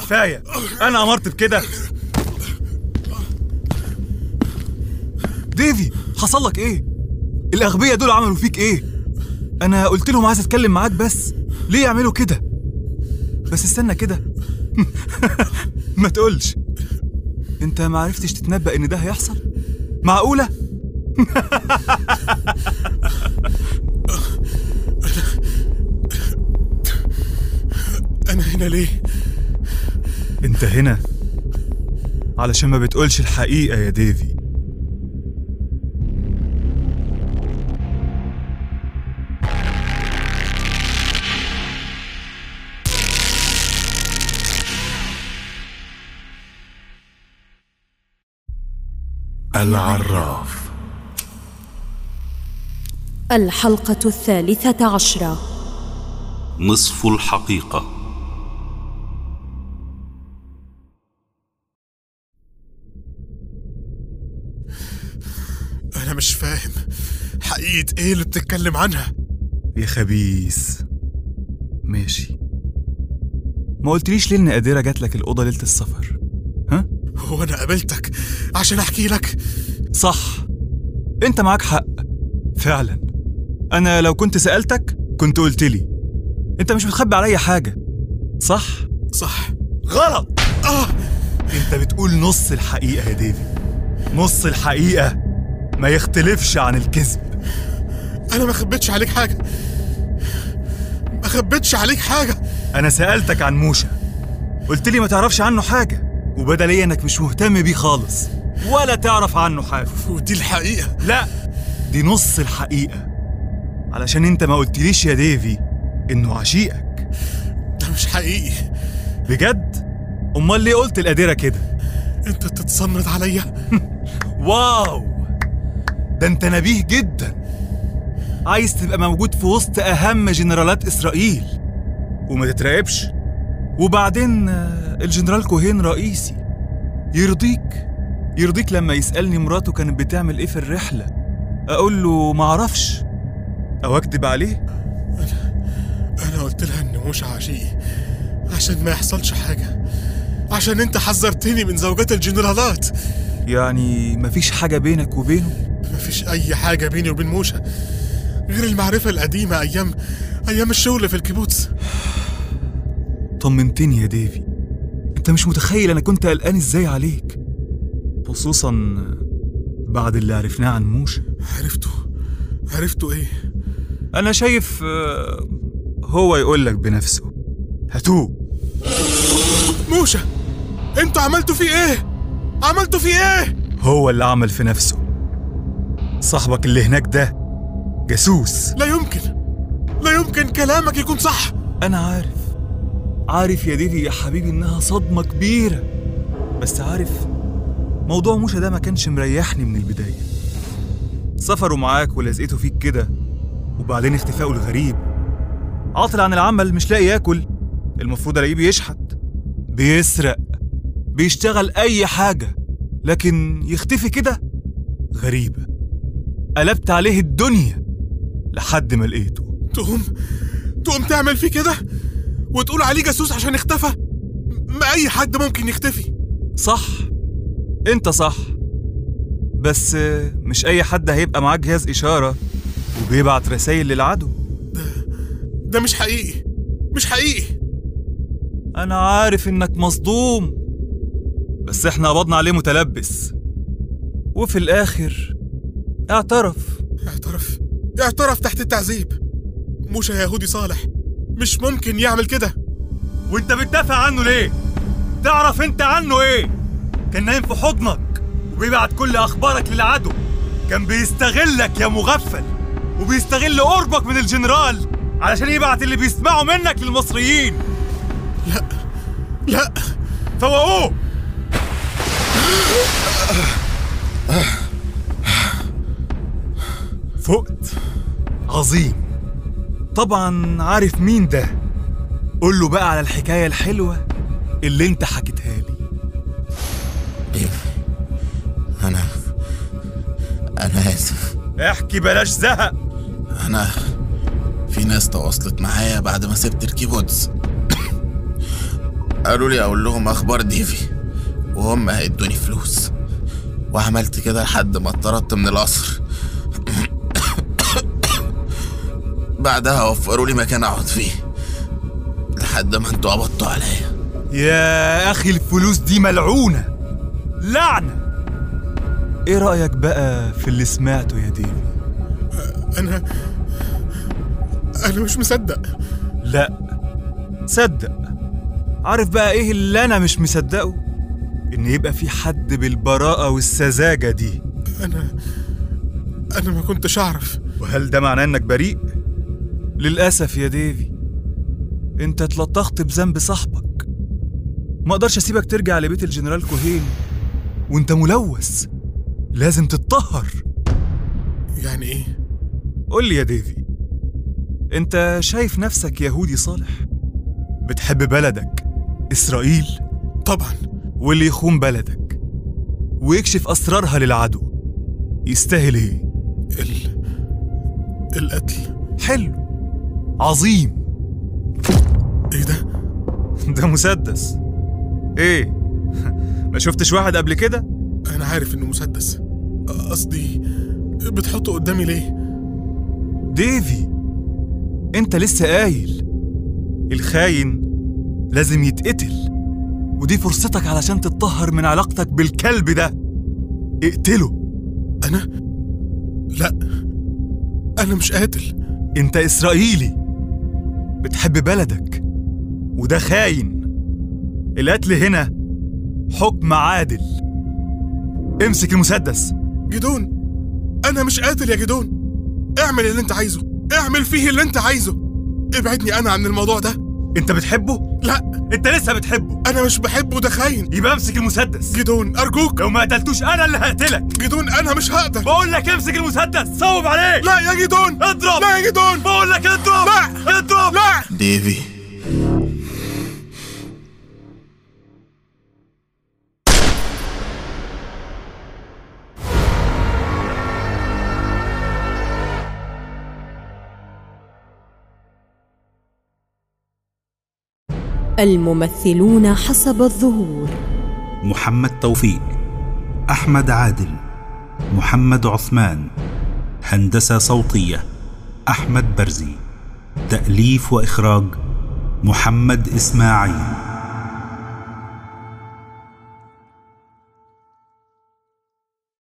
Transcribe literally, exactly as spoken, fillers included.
كفاية، أنا أمرت بكده. ديفي، حصل لك إيه؟ الأغبياء دول عملوا فيك إيه؟ أنا قلت لهم عايز أتكلم معاك، بس ليه يعملوا كده؟ بس استنى كده. ما تقولش أنت ما عرفتش تتنبأ إن ده هيحصل؟ معقولة؟ أنا هنا ليه؟ أنت هنا علشان ما بتقولش الحقيقة يا ديفي. العراف. الحلقة الثالثة عشرة. نصف الحقيقة. أنا مش فاهم حقيقة إيه اللي بتتكلم عنها يا خبيث. ماشي، ما قلتليش ليه إن قادرة جات لك الأوضة ليلة السفر؟ ها؟ هو أنا قابلتك عشان أحكي لك؟ صح، أنت معاك حق فعلا. أنا لو كنت سألتك كنت قلتلي. أنت مش بتخبي عليا حاجة، صح؟ صح. غلط. آه. أنت بتقول نص الحقيقة يا ديفي. نص الحقيقة ما يختلفش عن الكذب. أنا ما خبيتش عليك حاجة، ما خبيتش عليك حاجة. أنا سألتك عن موشا، قلت لي ما تعرفش عنه حاجة، وبدا لي إنك مش مهتم بيه خالص ولا تعرف عنه حاجة. ودي الحقيقة؟ لا، دي نص الحقيقة، علشان أنت ما قلتليش يا ديفي إنه عشيقك. ده مش حقيقي. بجد؟ أمال ليه قلت القادرة كده؟ أنت تتصنت عليا؟ واو، ده أنت نبيه جدا. عايز تبقى موجود في وسط أهم جنرالات إسرائيل وما تتراقبش. وبعدين الجنرال كوهين رئيسي، يرضيك يرضيك لما يسألني مراته كانت بتعمل إيه في الرحلة أقول له معرفش أو أكدب عليه؟ أنا أنا قلت لها إن موشا عشيقي عشان ما يحصلش حاجة، عشان أنت حذرتني من زوجات الجنرالات. يعني مفيش حاجة بينك وبينه؟ مفيش أي حاجة بيني وبين موشا غير المعرفة القديمة أيام أيام الشغل في الكيبوتس. طمنتني يا ديفي. أنت مش متخيل أنا كنت قلقان إزاي عليك، خصوصا بعد اللي عرفناه عن موشا. عرفته عرفته إيه؟ أنا شايف هو يقولك بنفسه. هاتوه. موشا، أنتوا عملتوا فيه إيه؟ عملتوا فيه إيه؟ هو اللي عمل في نفسه. صاحبك اللي هناك ده جاسوس. لا يمكن، لا يمكن كلامك يكون صح. أنا عارف عارف يا ديفي يا حبيبي إنها صدمة كبيرة، بس عارف موضوع موشا ده ما كانش مريحني من البداية. سفره معاك ولزقته فيك كده، وبعدين اختفائه الغريب، عاطل عن العمل، مش لاقي ياكل، المفروض الاقيه بيشحت، بيسرق، بيشتغل أي حاجة، لكن يختفي كده غريبة. قلبت عليه الدنيا لحد ما لقيته. تقوم تقوم تعمل فيه كده وتقول عليه جاسوس عشان اختفى؟ ما أي حد ممكن يختفي. صح، انت صح، بس مش أي حد هيبقى معاه جهاز إشارة وبيبعت رسائل للعدو. ده ده مش حقيقي، مش حقيقي. أنا عارف إنك مصدوم، بس إحنا قبضنا عليه متلبس، وفي الآخر اعترف. اعترف اعترف تحت التعذيب. موشا يهودي صالح، مش ممكن يعمل كده. وانت بتدافع عنه ليه؟ تعرف انت عنه ايه؟ كان نايم في حضنك وبيبعت كل اخبارك للعدو، كان بيستغلك يا مغفل، وبيستغل قربك من الجنرال علشان يبعت اللي بيسمعوا منك للمصريين. لا لا، فوقوه. فقت. عظيم. طبعا عارف مين ده. قول له بقى على الحكاية الحلوة اللي انت حكيتها لي. ديفي، أنا أنا آسف. احكي بلاش زهق. أنا في ناس تواصلت معايا بعد ما سبت الكيبوتس قالوا لي اقول لهم اخبار ديفي وهم هيدوني فلوس، وعملت كده لحد ما اتطردت من القصر. بعدها وفروا لي مكان اقعد فيه لحد ما انتوا قبضتوا عليا. يا اخي الفلوس دي ملعونة لعنة. ايه رأيك بقى في اللي سمعته يا ديفي؟ انا انا مش مصدق. لا صدق. عارف بقى ايه اللي انا مش مصدقه؟ ان يبقى في حد بالبراءة والسذاجة دي. انا انا ما كنتش اعرف. وهل ده معناه انك بريء؟ للأسف يا ديفي انت اتلطخت بذنب صاحبك. ما اقدرش اسيبك ترجع لبيت الجنرال كوهين وانت ملوث. لازم تتطهر. يعني ايه؟ قول لي يا ديفي، انت شايف نفسك يهودي صالح بتحب بلدك إسرائيل؟ طبعا. واللي يخون بلدك ويكشف أسرارها للعدو يستاهل ايه؟ ال... القتل. حلو عظيم. ايه ده؟ ده مسدس. ايه ما شفتش واحد قبل كده؟ انا عارف انه مسدس، قصدي بتحطه قدامي ليه؟ ديفي انت لسه قايل الخاين لازم يتقتل، ودي فرصتك علشان تتطهر من علاقتك بالكلب ده. اقتله. انا؟ لا انا مش قاتل. انت إسرائيلي بتحب بلدك وده خاين. القتل هنا حكم عادل. امسك المسدس. جدون انا مش قاتل يا جدون. اعمل اللي انت عايزه، اعمل فيه اللي انت عايزه، ابعدني انا عن الموضوع ده. انت بتحبه؟ لا انت لسه بتحبه. انا مش بحبه، ده خاين. يبقى امسك المسدس. جدون ارجوك. لو ما قتلتوش انا اللي هقتلك. جدون انا مش هقدر. بقول لك امسك المسدس. صوب عليه. لا يا جدون. اضرب. لا يا جدون. بقول لك اضرب. لا اضرب. لا. ديفي الممثلون حسب الظهور: محمد توفيق، أحمد عادل، محمد عثمان. هندسة صوتية أحمد برزي. تأليف وإخراج محمد إسماعيل.